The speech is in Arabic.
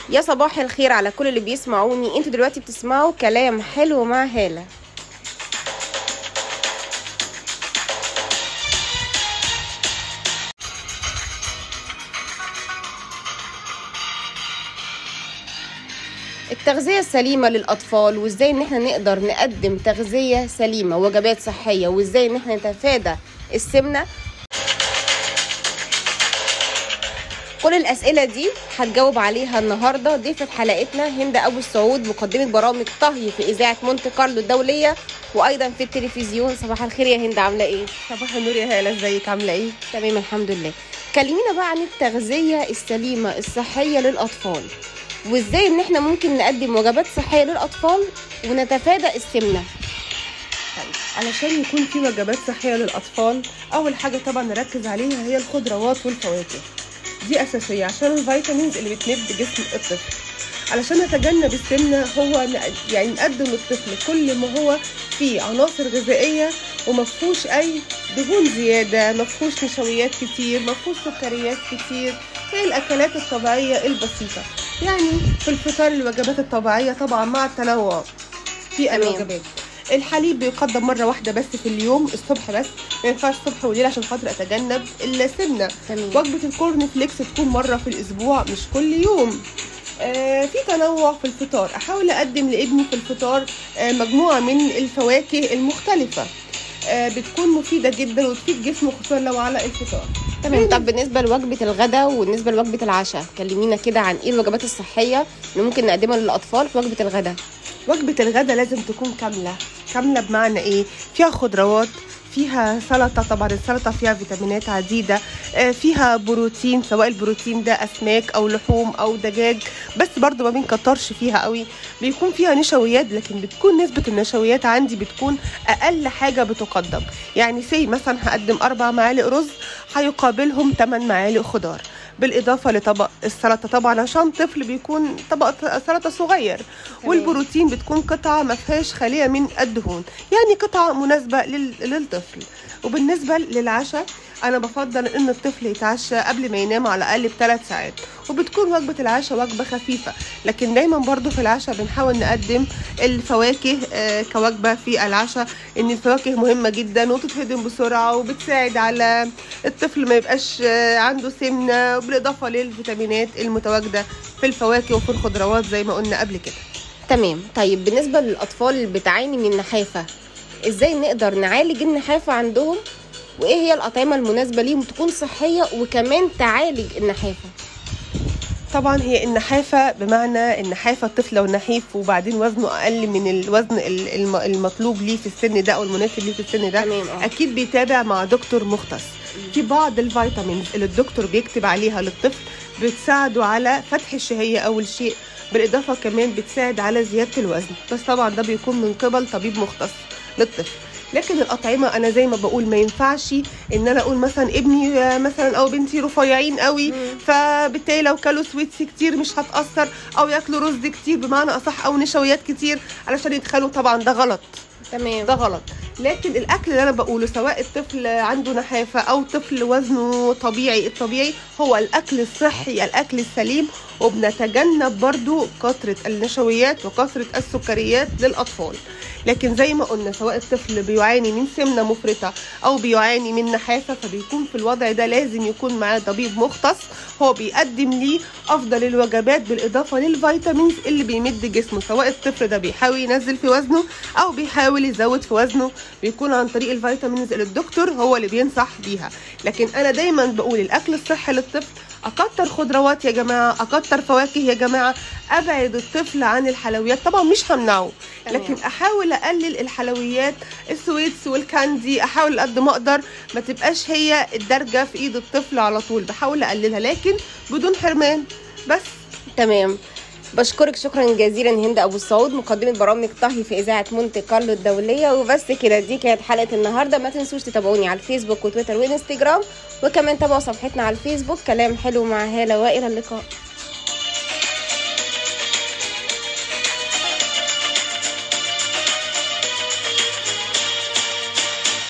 يا صباح الخير على كل اللي بيسمعوني. انتوا دلوقتي بتسمعوا كلام حلو مع هالة. التغذية السليمة للأطفال، وازاي ان احنا نقدر نقدم تغذية سليمة ووجبات صحية، وازاي ان احنا نتفادى السمنة. كل الأسئلة دي هتجاوب عليها النهاردة ضيفة حلقتنا هند أبو السعود، مقدمة برامج طهي في إذاعة مونte كارلو الدولية وأيضا في التلفزيون. صباح الخير يا هند، عاملة إيه؟ صباح النور يا هالة، ازيك عاملة إيه؟ تمام الحمد لله. كلمينا بقى عن التغذية السليمة الصحية للأطفال، وإزاي إن إحنا ممكن نقدم وجبات صحية للأطفال ونتفادى السمنة. علشان يكون في وجبات صحية للأطفال، أول حاجة طبعا نركز عليها هي الخضروات والفواكه. دي أساسية عشان الفيتامينز اللي بتمد جسم الطفل. علشان نتجنب السمنة هو يعني نقدم للطفل كل ما هو فيه عناصر غذائية ومفهوش أي دهون زيادة، مفهوش نشويات كتير، مفهوش سكريات كتير، هي الأكلات الطبيعية البسيطة. يعني في الفطار الوجبات الطبيعية طبعا مع التنوع في الوجبات. الحليب بيقدم مرة واحدة بس في اليوم، الصبح بس، ما ينفعش الصبح وليل عشان خاطر اتجنب السمنة. وجبة الكورن فليكس تكون مرة في الاسبوع مش كل يوم. في تنوع في الفطار، احاول اقدم لابني في الفطار مجموعة من الفواكه المختلفة، بتكون مفيدة جدا وتفيد جسمه خصوصا لو على الفطار. تمام. طب بالنسبة لوجبة الغداء وبالنسبة لوجبة العشاء، كلمينا كده عن ايه الوجبات الصحية اللي ممكن نقدمها للأطفال في وجبة الغداء. وجبة الغداء لازم تكون كاملة بمعنى ايه؟ فيها خضروات، فيها سلطة، طبعا السلطة فيها فيتامينات عديدة، فيها بروتين، سواء البروتين ده أسماك أو لحوم أو دجاج، بس برضو ما بنكترش فيها قوي. بيكون فيها نشويات، لكن بتكون نسبة النشويات عندي بتكون أقل حاجة بتقدم. يعني مثلا هقدم 4 معالق رز هيقابلهم 8 معالق خضار، بالإضافة لطبق السلطة طبعا عشان طفل بيكون طبق سلطة صغير. والبروتين بتكون قطعة ما فيهاش خالية من الدهون، يعني قطعة مناسبة للطفل. وبالنسبة للعشاء أنا بفضل إن الطفل يتعشى قبل ما ينام على الأقل ب3 ساعات، وبتكون وجبة العشاء وجبة خفيفة. لكن دايما برضو في العشاء بنحاول نقدم الفواكه كوجبة في العشاء، إن الفواكه مهمة جدا وتتهضم بسرعة وبتساعد على الطفل ما يبقاش عنده سمنة، بالإضافة للفيتامينات المتواجدة في الفواكه وفي الخضروات زي ما قلنا قبل كده. تمام. طيب بالنسبة للأطفال اللي بتعاني من النحافة، ازاي نقدر نعالج النحافة عندهم، وايه هي الأطعمة المناسبة ليهم تكون صحية وكمان تعالج النحافة؟ طبعا هي النحافة بمعنى النحافة الطفل لو نحيف وبعدين وزنه أقل من الوزن المطلوب ليه في السن ده أو المناسب ليه في السن ده، أكيد بيتابع مع دكتور مختص. في بعض الفيتامينز اللي الدكتور بيكتب عليها للطفل بتساعده على فتح الشهية أول شيء، بالإضافة كمان بتساعد على زيادة الوزن، بس طبعا ده بيكون من قبل طبيب مختص للطفل. لكن الأطعمة أنا زي ما بقول ما ينفعش إن أنا أقول مثلا ابني مثلا أو بنتي رفيعين قوي، فبالتالي لو كلوا سويتس كتير مش هتأثر، أو ياكلوا رز كتير بمعنى أصح أو نشويات كتير علشان يتخنوا، طبعا ده غلط. تمام، ده غلط. لكن الاكل اللي انا بقوله سواء الطفل عنده نحافه او طفل وزنه طبيعي، الطبيعي هو الاكل الصحي، الاكل السليم، وبنتجنب برضو كثره النشويات وكثره السكريات للاطفال. لكن زي ما قلنا سواء الطفل بيعاني من سمنه مفرطه او بيعاني من نحافه، فبيكون في الوضع ده لازم يكون معاه طبيب مختص هو بيقدم ليه افضل الوجبات بالاضافه للفيتامينز اللي بيمد جسمه، سواء الطفل ده بيحاول ينزل في وزنه او بيحاول يزود في وزنه، بيكون عن طريق الفيتامينز اللي الدكتور هو اللي بينصح بيها. لكن انا دايما بقول الاكل الصحي للطفل، اكتر خضروات يا جماعه، اكتر فواكه يا جماعه، ابعد الطفل عن الحلويات. طبعا مش همنعه، لكن احاول اقلل الحلويات، السويتس والكاندي، احاول قد ما اقدر ما تبقاش هي الدرجه في ايد الطفل على طول، بحاول اقللها لكن بدون حرمان بس. تمام. بشكرك شكرا جزيلا هند ابو السعود، مقدمه برامج طهي في اذاعه مونte كارلو الدوليه. وبس كده، دي كانت حلقه النهارده. ما تنسوش تتابعوني على الفيسبوك وتويتر وانستجرام، وكمان تابعوا صفحتنا على الفيسبوك كلام حلو مع هالة، والى اللقاء.